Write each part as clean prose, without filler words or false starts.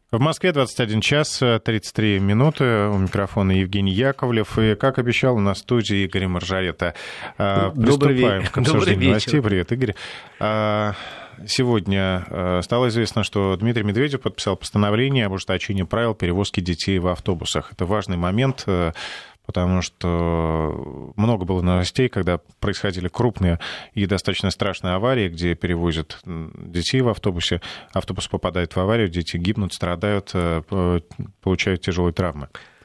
В Москве 21 час 33 минуты. У микрофона Евгений Яковлев. И, как обещал, на студии Игорь Маржарета. Приступаем к обсуждению новостей. Привет, Игорь. Сегодня стало известно, что Дмитрий Медведев подписал постановление об ужесточении правил перевозки детей в автобусах. Это важный момент, потому что много было новостей, когда происходили крупные и достаточно страшные аварии, где перевозят детей в автобусе, автобус попадает в аварию, дети гибнут, страдают, получают тяжелые травмы.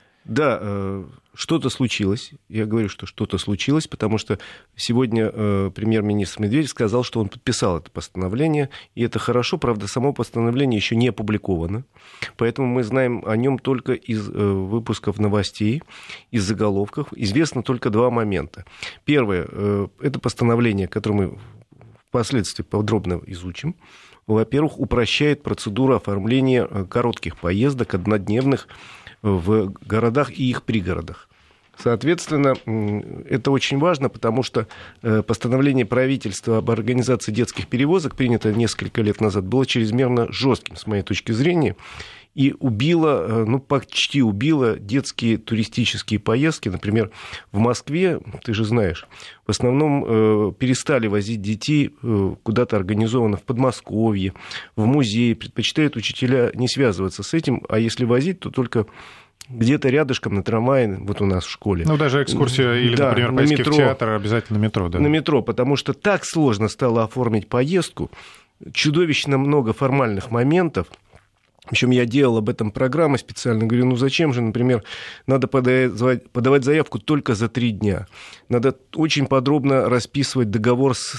Да, что-то случилось. Я говорю, что что-то случилось, потому что сегодня премьер-министр Медведев сказал, что он подписал это постановление, и это хорошо. Правда, само постановление еще не опубликовано, поэтому мы знаем о нем только из выпусков новостей, из заголовков. Известно только два момента. Первое, это постановление, которое мы впоследствии подробно изучим. Во-первых, упрощает процедуру оформления коротких поездок, однодневных, в городах и их пригородах. Соответственно, это очень важно, потому что постановление правительства об организации детских перевозок, принятое несколько лет назад, было чрезмерно жестким, с моей точки зрения, и убило, почти убило детские туристические поездки. Например, в Москве, ты же знаешь, в основном перестали возить детей куда-то организованно в Подмосковье, в музей. Предпочитают учителя не связываться с этим, а если возить, то только где-то рядышком на трамвае, вот у нас в школе. Даже экскурсия или, да, например, поездки в театр, обязательно метро. Да. На метро, потому что так сложно стало оформить поездку, чудовищно много формальных моментов. Причем я делал об этом программу специально, говорю, зачем же, например, надо подавать заявку только за 3 дня. Надо очень подробно расписывать договор с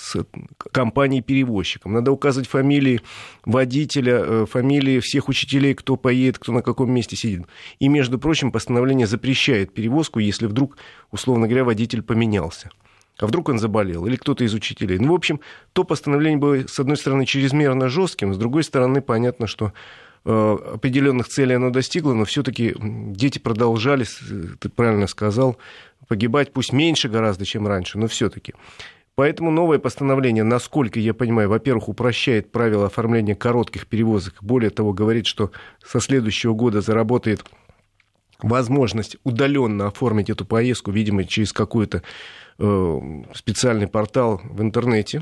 компанией-перевозчиком. Надо указывать фамилии водителя, фамилии всех учителей, кто поедет, кто на каком месте сидит. И, между прочим, постановление запрещает перевозку, если вдруг, условно говоря, водитель поменялся. А вдруг он заболел, или кто-то из учителей. В общем, то постановление было, с одной стороны, чрезмерно жестким, с другой стороны, понятно, что определенных целей оно достигло, но все-таки дети продолжали, ты правильно сказал, погибать, пусть меньше гораздо, чем раньше, но все-таки. Поэтому новое постановление, насколько я понимаю, во-первых, упрощает правила оформления коротких перевозок, более того, говорит, что со следующего года заработает возможность удаленно оформить эту поездку, видимо, через какой-то специальный портал в интернете.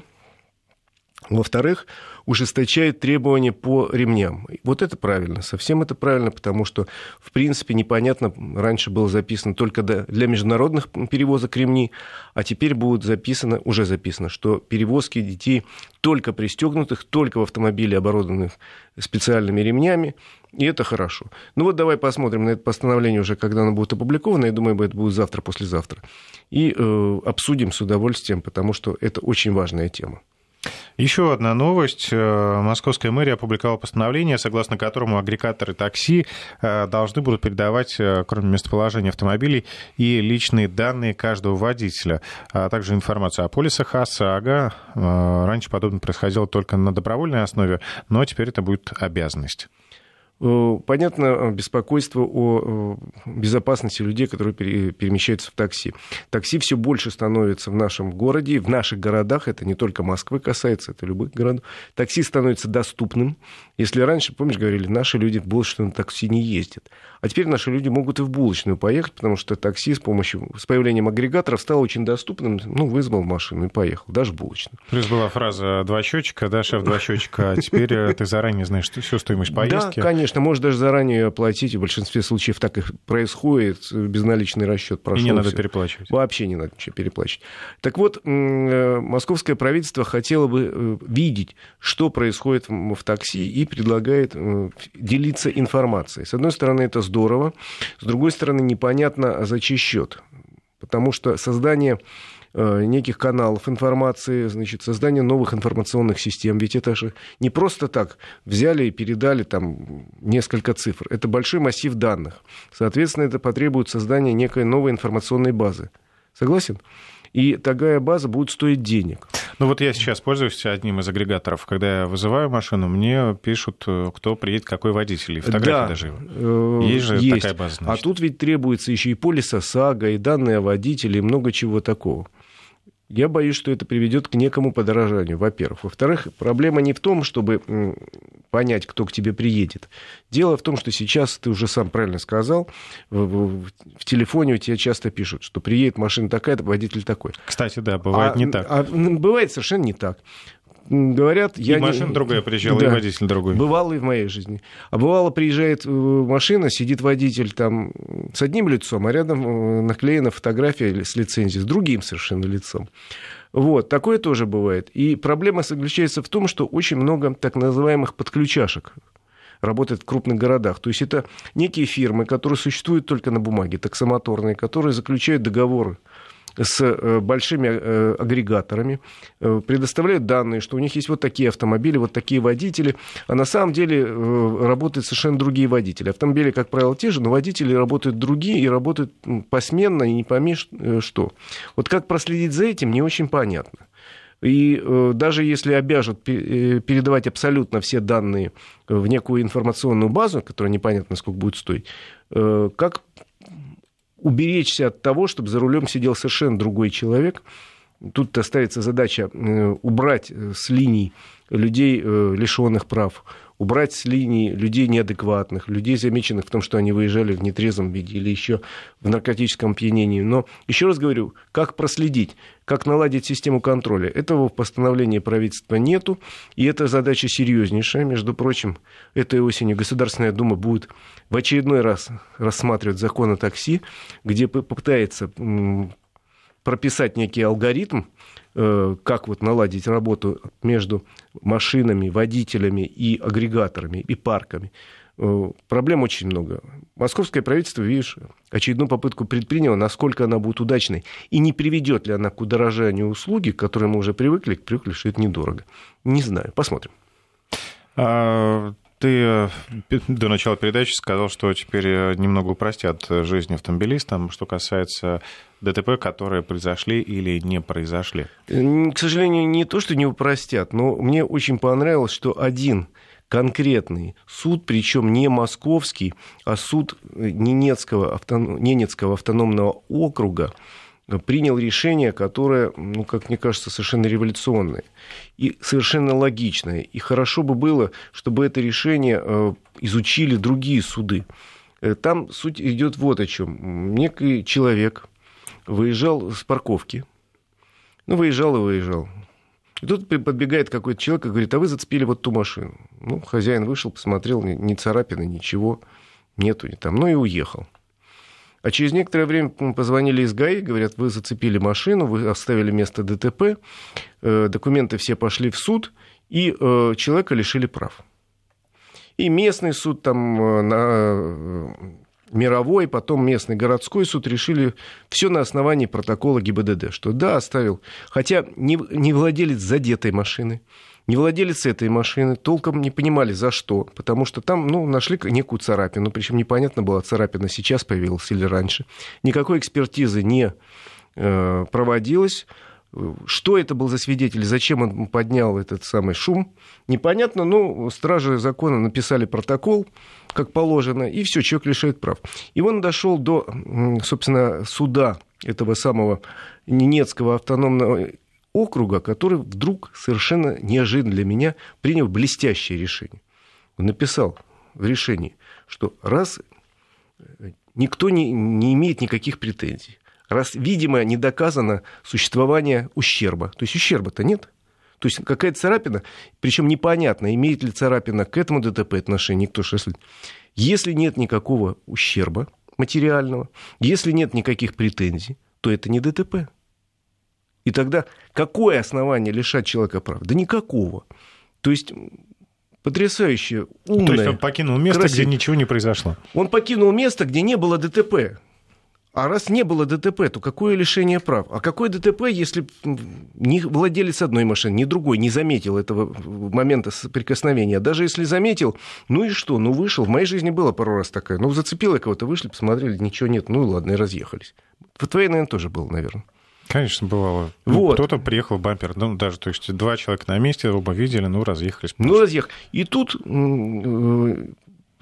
Во-вторых, ужесточает требования по ремням. Вот это правильно, совсем это правильно, потому что, в принципе, непонятно, раньше было записано только для международных перевозок ремни, а теперь уже записано, что перевозки детей только пристегнутых, только в автомобиле, оборудованных специальными ремнями, и это хорошо. Давай посмотрим на это постановление уже, когда оно будет опубликовано, я думаю, это будет завтра, послезавтра, и обсудим с удовольствием, потому что это очень важная тема. Еще одна новость. Московская мэрия опубликовала постановление, согласно которому агрегаторы такси должны будут передавать, кроме местоположения автомобилей, и личные данные каждого водителя, а также информацию о полисах ОСАГО. Раньше подобное происходило только на добровольной основе, но теперь это будет обязанность. Понятно, беспокойство о безопасности людей, которые перемещаются в такси. Такси все больше становится в нашем городе, в наших городах, это не только Москвы касается, это любых городов. Такси становится доступным. Если раньше, помнишь, говорили, наши люди в булочную на такси не ездят. А теперь наши люди могут и в булочную поехать, потому что такси с появлением агрегаторов стало очень доступным. Вызвал машину и поехал, даже в булочную. Плюс была фраза «два счетчика», да, шеф, 2 счетчика, а теперь ты заранее знаешь всю стоимость поездки. Да, конечно, можешь даже заранее оплатить, и в большинстве случаев так и происходит, безналичный расчет прошел. И не надо переплачивать. Вообще не надо ничего переплачивать. Так вот, московское правительство хотело бы видеть, что происходит в такси, и предлагает делиться информацией. С одной стороны, это здорово, с другой стороны, непонятно, за чей счет. Потому что создание неких каналов информации, создание новых информационных систем, ведь это же не просто так взяли и передали там несколько цифр. Это большой массив данных. Соответственно, это потребует создания некой новой информационной базы. Согласен? И такая база будет стоить денег. Я сейчас пользуюсь одним из агрегаторов. Когда я вызываю машину, мне пишут, кто приедет, какой водитель. И фотографии даже. Есть же такая база. А тут ведь требуется еще и полис ОСАГО, и данные о водителе, и много чего такого. Я боюсь, что это приведет к некому подорожанию, во-первых. Во-вторых, проблема не в том, чтобы понять, кто к тебе приедет. Дело в том, что сейчас, ты уже сам правильно сказал, в телефоне у тебя часто пишут, что приедет машина такая, водитель такой. Кстати, да, бывает не так. Бывает совершенно не так. Говорят, и машина другая приезжала, да, и водитель другой. Бывало и в моей жизни. А бывало, приезжает машина, сидит водитель там с одним лицом, а рядом наклеена фотография с лицензией, с другим совершенно лицом. Вот, такое тоже бывает. И проблема заключается в том, что очень много так называемых подключашек работает в крупных городах. То есть это некие фирмы, которые существуют только на бумаге, таксомоторные, которые заключают договоры с большими агрегаторами, предоставляют данные, что у них есть вот такие автомобили, вот такие водители, а на самом деле работают совершенно другие водители. Автомобили, как правило, те же, но водители работают другие и работают посменно, и не пойми что. Вот как проследить за этим, не очень понятно. И даже если обяжут передавать абсолютно все данные в некую информационную базу, которая непонятно сколько будет стоить, как уберечься от того, чтобы за рулем сидел совершенно другой человек. Тут ставится задача убрать с линий людей, лишенных прав, убрать с линий людей неадекватных, людей, замеченных в том, что они выезжали в нетрезвом виде или еще в наркотическом опьянении. Но, еще раз говорю, как проследить, как наладить систему контроля, этого в постановлении правительства нету, и эта задача серьезнейшая. Между прочим, этой осенью Государственная Дума будет в очередной раз рассматривать закон о такси, где попытается прописать некий алгоритм, как вот наладить работу между машинами, водителями и агрегаторами, и парками. Проблем очень много. Московское правительство, видишь, очередную попытку предприняло, насколько она будет удачной, и не приведет ли она к удорожанию услуги, к которой мы уже привыкли, что это недорого. Не знаю, посмотрим. Ты до начала передачи сказал, что теперь немного упростят жизнь автомобилистам, что касается ДТП, которые произошли или не произошли. К сожалению, не то, что не упростят, но мне очень понравилось, что один конкретный суд, причем не московский, а суд Ненецкого автономного округа, принял решение, которое, как мне кажется, совершенно революционное и совершенно логичное. И хорошо бы было, чтобы это решение изучили другие суды. Там суть идет вот о чем. Некий человек выезжал с парковки. Выезжал и выезжал. И тут подбегает какой-то человек и говорит: а вы зацепили вот ту машину. Хозяин вышел, посмотрел, ни царапины, ничего нету. И уехал. А через некоторое время позвонили из ГАИ, говорят: вы зацепили машину, вы оставили место ДТП, документы все пошли в суд, и человека лишили прав. И местный суд, мировой, потом местный городской суд решили все на основании протокола ГИБДД, что да, оставил. Хотя не владелец задетой машины, не владелец этой машины толком не понимали, за что, потому что там нашли некую царапину, причем непонятно была, царапина сейчас появилась или раньше. Никакой экспертизы не проводилось. Что это был за свидетель, зачем он поднял этот самый шум, непонятно, но стражи закона написали протокол, как положено, и все, человек лишает прав. И он дошел до, собственно, суда этого самого Ненецкого автономного округа, который вдруг совершенно неожиданно для меня принял блестящее решение. Он написал в решении, что раз никто не имеет никаких претензий, раз, видимо, не доказано существование ущерба, то есть ущерба-то нет, то есть какая-то царапина, причем непонятно, имеет ли царапина к этому ДТП отношение, никто шеслит. Если нет никакого ущерба материального, если нет никаких претензий, то это не ДТП. И тогда какое основание лишать человека прав? Да никакого. То есть потрясающе умное. То есть он покинул место, красивое. Где ничего не произошло. Он покинул место, где не было ДТП. А раз не было ДТП, то какое лишение прав? А какое ДТП, если ни владелец одной машины, ни другой не заметил этого момента соприкосновения? Даже если заметил, и что? Вышел. В моей жизни было пару раз такое. Зацепил я кого-то, вышли, посмотрели, ничего нет. И ладно, и разъехались. В твоей, наверное, тоже было, наверное. Конечно, бывало. Вот. Кто-то приехал в бампер, даже, то есть, два человека на месте, оба видели, разъехались. Разъехали. И тут, понимаешь,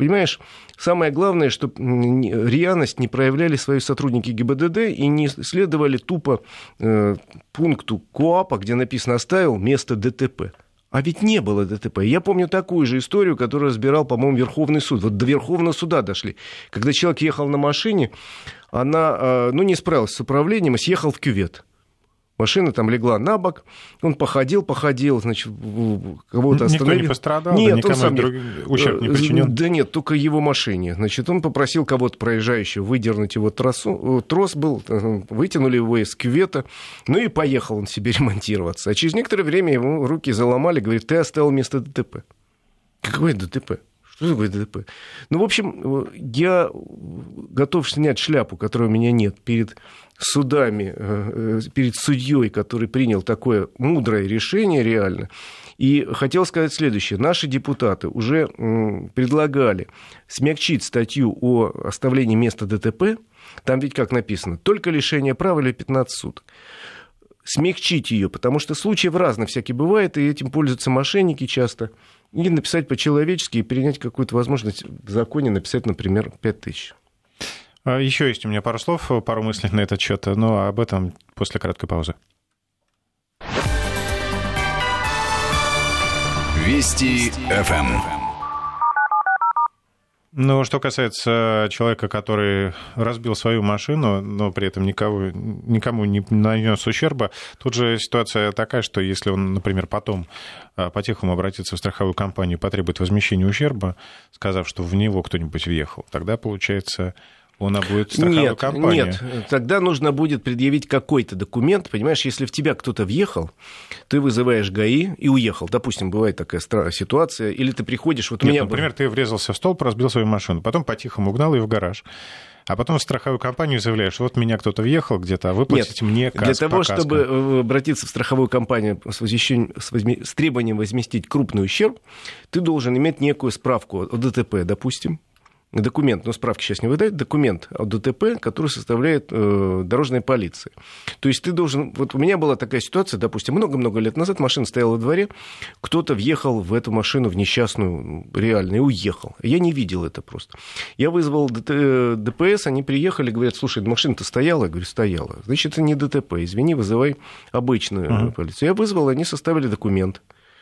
Понимаешь, самое главное, чтобы рьяность не проявляли свои сотрудники ГИБДД и не следовали тупо пункту КоАПа, где написано «оставил место ДТП». А ведь не было ДТП. Я помню такую же историю, которую разбирал, по-моему, Верховный суд. Вот до Верховного суда дошли. Когда человек ехал на машине, она не справилась с управлением и съехал в кювет. Машина там легла на бок, он походил, значит, кого-то остановил. Никто не пострадал? Нет, никому ущерб не причинен? Да нет, только его машине. Значит, он попросил кого-то проезжающего выдернуть его трос был, вытянули его из кювета, ну и поехал он себе ремонтироваться. А через некоторое время ему руки заломали, говорит, ты оставил место ДТП. Какое ДТП? Что такое ДТП? Ну, в общем, я готов снять шляпу, которой у меня нет, перед судами, перед судьей, который принял такое мудрое решение реально. И хотел сказать следующее. Наши депутаты уже предлагали смягчить статью о оставлении места ДТП. Там ведь как написано, только лишение права или 15 суток. Смягчить ее, потому что случаев разных всякие бывает, и этим пользуются мошенники часто. И написать по-человечески, и принять какую-то возможность в законе написать, например, 5000. Еще есть у меня пару слов, пару мыслей на этот счет, но об этом после короткой паузы. Вести ФМ. Ну, что касается человека, который разбил свою машину, но при этом никому не нанес ущерба, тут же ситуация такая, что если он, например, потом по-тихому обратится в страховую компанию и потребует возмещения ущерба, сказав, что в него кто-нибудь въехал, тогда, получается, он будет страховую компанию. Нет, тогда нужно будет предъявить какой-то документ. Понимаешь, если в тебя кто-то въехал, ты вызываешь ГАИ и уехал. Допустим, бывает такая ситуация. Или ты приходишь... Вот например, ты врезался в столб, разбил свою машину, потом по-тихому угнал ее в гараж. А потом в страховую компанию заявляешь, вот меня кто-то въехал где-то, а вы платите мне каско. Для того, чтобы обратиться в страховую компанию с требованием возместить крупный ущерб, ты должен иметь некую справку о ДТП, допустим. Документ, но справки сейчас не выдают, документ о ДТП, который составляет дорожная полиция. То есть ты должен... Вот у меня была такая ситуация, допустим, много-много лет назад машина стояла во дворе, кто-то въехал в эту машину, в несчастную, реально, и уехал. Я не видел это просто. Я вызвал ДПС, они приехали, говорят, слушай, машина-то стояла? Я говорю, стояла. Значит, это не ДТП, извини, вызывай обычную полицию. Я вызвал, они составили документ.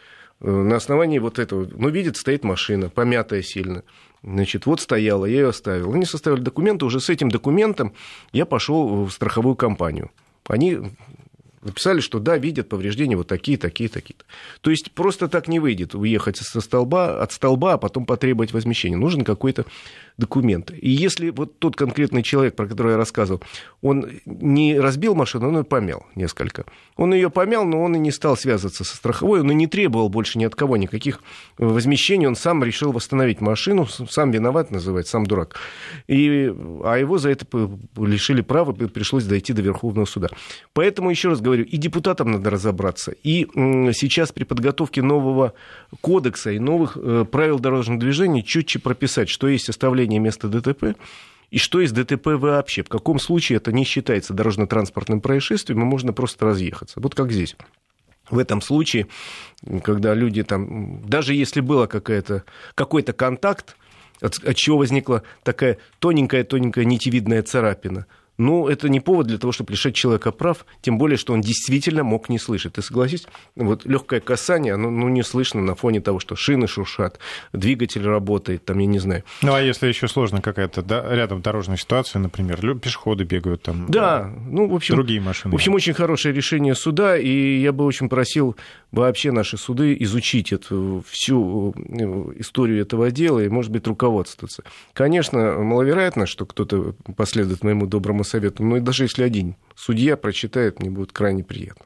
На основании вот этого, видят, стоит машина, помятая сильно. Значит, вот стояла, я ее оставил. Они составили документы, уже с этим документом я пошел в страховую компанию. Они написали, что да, видят повреждения вот такие. То есть просто так не выйдет уехать от столба, а потом потребовать возмещения. Нужен какой-то документ. И если вот тот конкретный человек, про которого я рассказывал, он не разбил машину, он ее помял несколько. Он ее помял, но он и не стал связываться со страховой, он и не требовал больше ни от кого никаких возмещений, он сам решил восстановить машину, сам виноват, называется, сам дурак. А его за это лишили права, пришлось дойти до Верховного суда. Поэтому, еще раз говорю, и депутатам надо разобраться, и сейчас при подготовке нового кодекса и новых правил дорожного движения четче прописать, что есть оставление места ДТП, и что есть ДТП вообще. В каком случае это не считается дорожно-транспортным происшествием, и можно просто разъехаться. Вот как здесь. В этом случае, когда люди там, даже если был какой-то контакт, от чего возникла такая тоненькая нитевидная царапина, это не повод для того, чтобы лишать человека прав, тем более, что он действительно мог не слышать. Ты согласись? Вот легкое касание, оно не слышно на фоне того, что шины шуршат, двигатель работает, там, я не знаю. А если еще сложно какая-то рядом дорожная ситуация, например, пешеходы бегают там, да, в общем, другие машины. В общем, очень хорошее решение суда, и я бы очень просил вообще наши суды изучить всю историю этого дела и, может быть, руководствоваться. Конечно, маловероятно, что кто-то последует моему доброму совету, но даже если один судья прочитает, мне будет крайне приятно.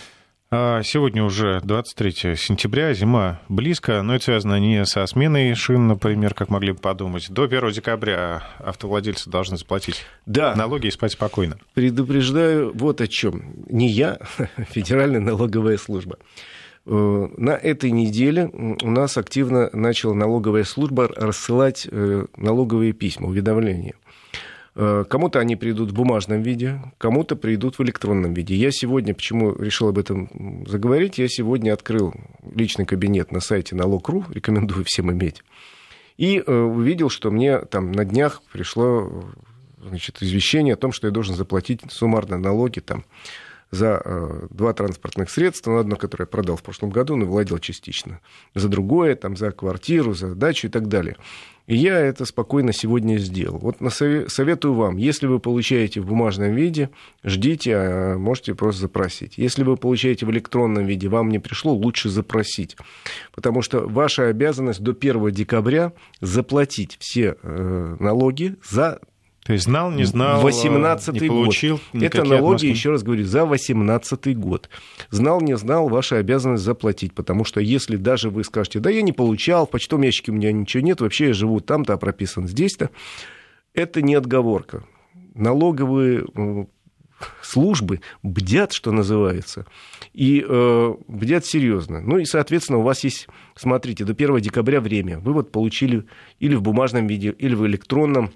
Сегодня уже 23 сентября, зима близко, но это связано не со сменой шин, например, как могли бы подумать. До 1 декабря автовладельцы должны заплатить налоги и спать спокойно. Предупреждаю вот о чем. Не я, Федеральная налоговая служба. На этой неделе у нас активно начала налоговая служба рассылать налоговые письма, уведомления. Кому-то они придут в бумажном виде, кому-то придут в электронном виде. Я сегодня, почему решил об этом заговорить, я сегодня открыл личный кабинет на сайте налог.ру, рекомендую всем иметь. И увидел, что мне там на днях пришло, значит, извещение о том, что я должен заплатить суммарно налоги там, за 2 транспортных средства, одно, которое я продал в прошлом году, но владел частично, за другое, там, за квартиру, за дачу и так далее. И я это спокойно сегодня сделал. Вот советую вам, если вы получаете в бумажном виде, ждите, а можете просто запросить. Если вы получаете в электронном виде, вам не пришло, лучше запросить. Потому что ваша обязанность до 1 декабря заплатить все налоги за... То есть знал, не знал, 18-й не получил. Год. Это налоги, еще раз говорю, за 18-й год. Знал, не знал, ваша обязанность заплатить. Потому что если даже вы скажете, да я не получал, в почтовом ящике у меня ничего нет, вообще я живу там-то, а прописан здесь-то, это не отговорка. Налоговые службы бдят, что называется, и бдят серьезно. Ну и, соответственно, у вас есть, смотрите, до 1 декабря время. Вы вот получили или в бумажном виде, или в электронном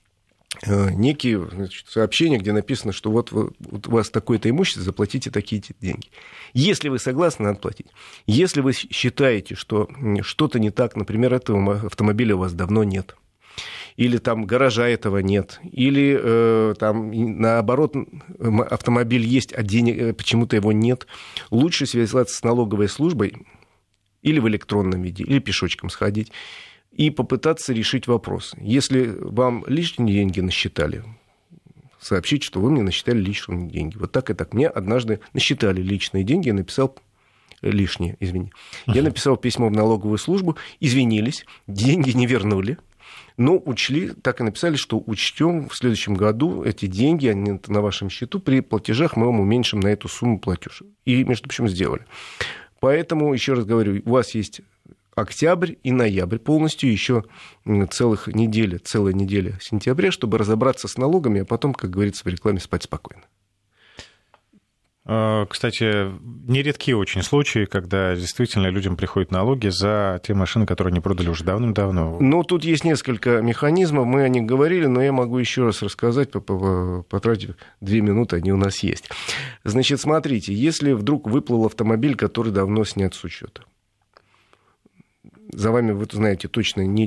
некие, значит, сообщения, где написано, что вот у вас такое-то имущество, заплатите такие-то деньги. Если вы согласны, надо платить. Если вы считаете, что что-то не так, например, этого автомобиля у вас давно нет, или там гаража этого нет, или там наоборот автомобиль есть, а денег почему-то его нет, лучше связаться с налоговой службой или в электронном виде, или пешочком сходить, и попытаться решить вопрос. Если вам лишние деньги насчитали, сообщить, что вы мне насчитали лишние деньги. Вот так и так. Мне однажды насчитали личные деньги, я написал лишние, извини. Я написал письмо в налоговую службу, извинились, деньги не вернули, но учли, так и написали, что учтем в следующем году эти деньги, они на вашем счету, при платежах мы вам уменьшим на эту сумму платеж. И, между прочим, сделали. Поэтому, еще раз говорю, у вас есть октябрь и ноябрь полностью, еще целая неделя сентября, чтобы разобраться с налогами, а потом, как говорится в рекламе, спать спокойно. Кстати, нередки очень случаи, когда действительно людям приходят налоги за те машины, которые они продали уже давным-давно. Ну, тут есть несколько механизмов, мы о них говорили, но я могу еще раз рассказать, потратив 2 минуты, они у нас есть. Значит, смотрите, если вдруг выплыл автомобиль, который давно снят с учета, за вами, вы знаете, точно не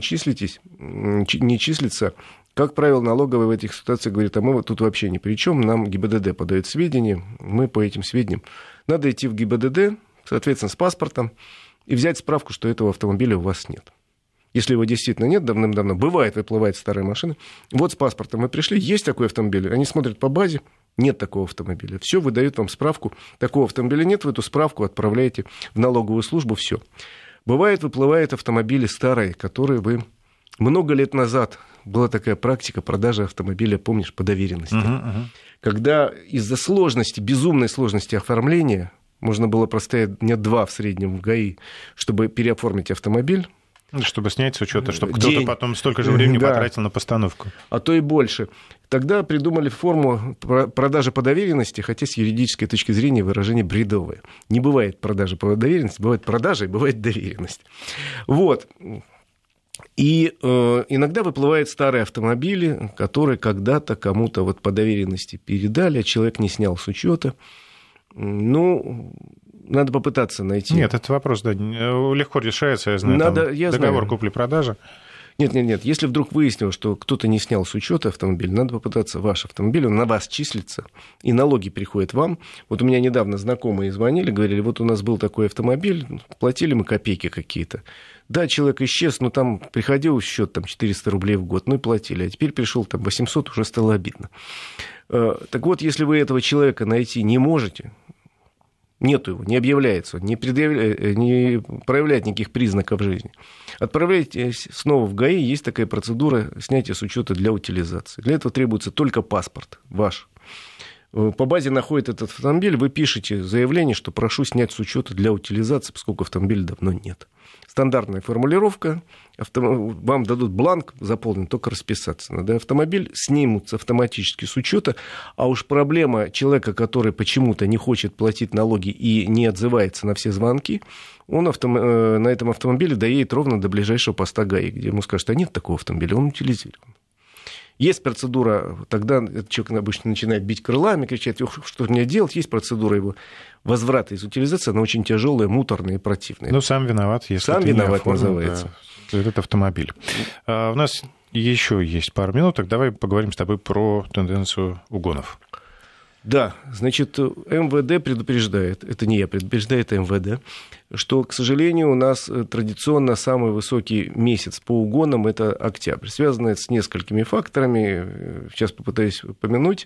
числится. Как правило, налоговая в этих ситуациях говорит, а мы вот тут вообще ни при чем, нам ГИБДД подает сведения, мы по этим сведениям. Надо идти в ГИБДД, соответственно, с паспортом, и взять справку, что этого автомобиля у вас нет. Если его действительно нет давным-давно, бывает, выплывает старая машина, вот с паспортом вы пришли, есть такой автомобиль, они смотрят по базе, нет такого автомобиля. Все, выдают вам справку, такого автомобиля нет, вы эту справку отправляете в налоговую службу, все. Бывает, выплывают автомобили старые, которые вы много лет назад, была такая практика продажи автомобиля, помнишь, по доверенности. Когда из-за сложности, безумной сложности оформления, можно было простоять дня 2 в среднем в ГАИ, чтобы переоформить автомобиль. Чтобы снять с учета, чтобы кто-то потом столько же времени потратил на постановку. А то и больше. Тогда придумали форму продажи по доверенности, хотя с юридической точки зрения выражение бредовое. Не бывает продажи по доверенности, бывает продажа и бывает доверенность. Вот. И иногда выплывают старые автомобили, которые когда-то кому-то вот по доверенности передали, а человек не снял с учета. Ну, надо попытаться найти. Нет, этот вопрос да, легко решается, я знаю. Договор купли-продажи. Нет. Если вдруг выяснилось, что кто-то не снял с учета автомобиль, надо попытаться ваш автомобиль, он на вас числится, и налоги приходят вам. Вот у меня недавно знакомые звонили, говорили, вот у нас был такой автомобиль, платили мы копейки какие-то. Да, человек исчез, но там приходил счет там 400 рублей в год, ну и платили. А теперь пришел там 800, уже стало обидно. Так вот, если вы этого человека найти не можете, нету его, не объявляется, не проявляет никаких признаков жизни, отправляйтесь снова в ГАИ, есть такая процедура снятия с учета для утилизации. Для этого требуется только паспорт ваш. По базе находит этот автомобиль, вы пишете заявление, что прошу снять с учета для утилизации, поскольку автомобиля давно нет. Стандартная формулировка, вам дадут бланк заполнен, только расписаться надо. Автомобиль снимут автоматически с учета, а уж проблема человека, который почему-то не хочет платить налоги и не отзывается на все звонки, он на этом автомобиле доедет ровно до ближайшего поста ГАИ, где ему скажут, а нет такого автомобиля, он утилизирован. Есть процедура, тогда этот человек обычно начинает бить крылами, кричать: что мне делать? Есть процедура его возврата из утилизации, она очень тяжелая, муторная и противная. Ну, сам виноват, если сам ты не виноват оформил, называется. Да, этот автомобиль. У нас еще есть пару минуток. Давай поговорим с тобой про тенденцию угонов. Да, значит, МВД предупреждает, это не я предупреждаю, это МВД, что, к сожалению, у нас традиционно самый высокий месяц по угонам – это октябрь. Связано это с несколькими факторами, сейчас попытаюсь упомянуть.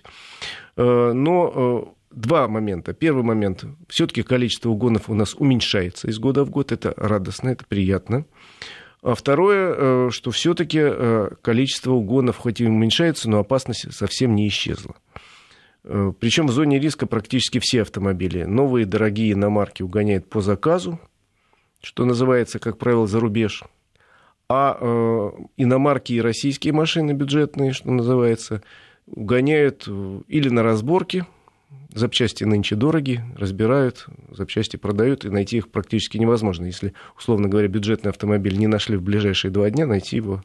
Но два момента. Первый момент – все-таки количество угонов у нас уменьшается из года в год, это радостно, это приятно. А второе, что все-таки количество угонов хоть и уменьшается, но опасность совсем не исчезла. Причем в зоне риска практически все автомобили. Новые дорогие иномарки угоняют по заказу, что называется, как правило, за рубеж. А иномарки и российские машины бюджетные, что называется, угоняют или на разборке. Запчасти нынче дороги, разбирают, запчасти продают, и найти их практически невозможно. Если, условно говоря, бюджетный автомобиль не нашли в ближайшие 2 дня, найти его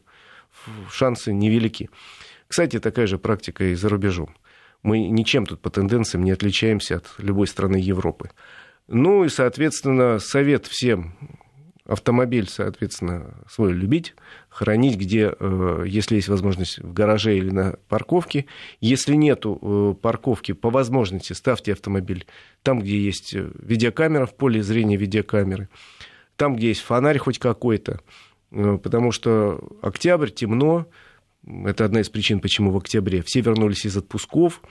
шансы невелики. Кстати, такая же практика и за рубежом. Мы ничем тут по тенденциям не отличаемся от любой страны Европы. Ну и, соответственно, совет всем: автомобиль, соответственно, свой любить, хранить, где, если есть возможность, в гараже или на парковке. Если нету парковки, по возможности ставьте автомобиль там, где есть видеокамера, в поле зрения видеокамеры, там, где есть фонарь хоть какой-то, потому что октябрь, темно. Это одна из причин, почему в октябре. Все вернулись из отпусков,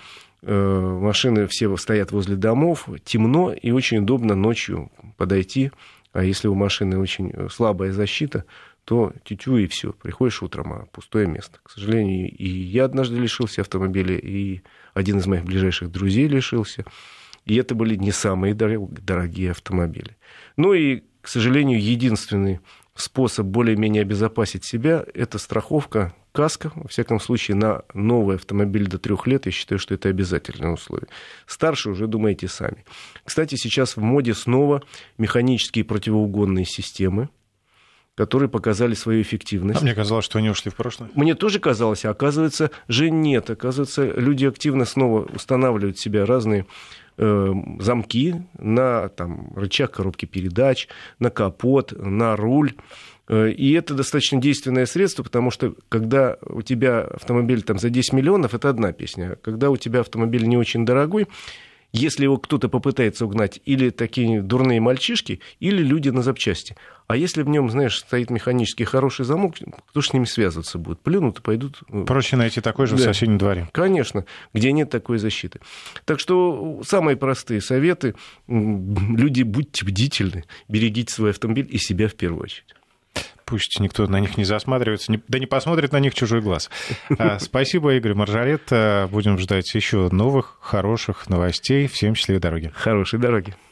машины все стоят возле домов, темно, и очень удобно ночью подойти. А если у машины очень слабая защита, то тю-тю и все. Приходишь утром, а пустое место. К сожалению, и я однажды лишился автомобиля, и один из моих ближайших друзей лишился. И это были не самые дорогие автомобили. Ну и, к сожалению, единственный способ более-менее обезопасить себя – это страховка, каско. Во всяком случае, на новый автомобиль до 3 лет, я считаю, что это обязательное условие. Старше уже думайте сами. Кстати, сейчас в моде снова механические противоугонные системы, которые показали свою эффективность. А мне казалось, что они ушли в прошлое. Мне тоже казалось, а оказывается, же нет. Оказывается, люди активно снова устанавливают в себя разные замки на там, рычаг коробки передач, на капот, на руль. И это достаточно действенное средство, потому что когда у тебя автомобиль там, за 10 миллионов, это одна песня. Когда у тебя автомобиль не очень дорогой, если его кто-то попытается угнать, или такие дурные мальчишки, или люди на запчасти. А если в нем, знаешь, стоит механический хороший замок, кто ж с ними связываться будет? Плюнут и пойдут. Проще найти такой же в соседнем дворе. Конечно, где нет такой защиты. Так что самые простые советы. Люди, будьте бдительны, берегите свой автомобиль и себя в первую очередь. Пусть никто на них не засматривается, да не посмотрит на них чужой глаз. Спасибо, Игорь Маржарет. Будем ждать еще новых, хороших новостей. Всем счастливой дороги. Хорошей дороги.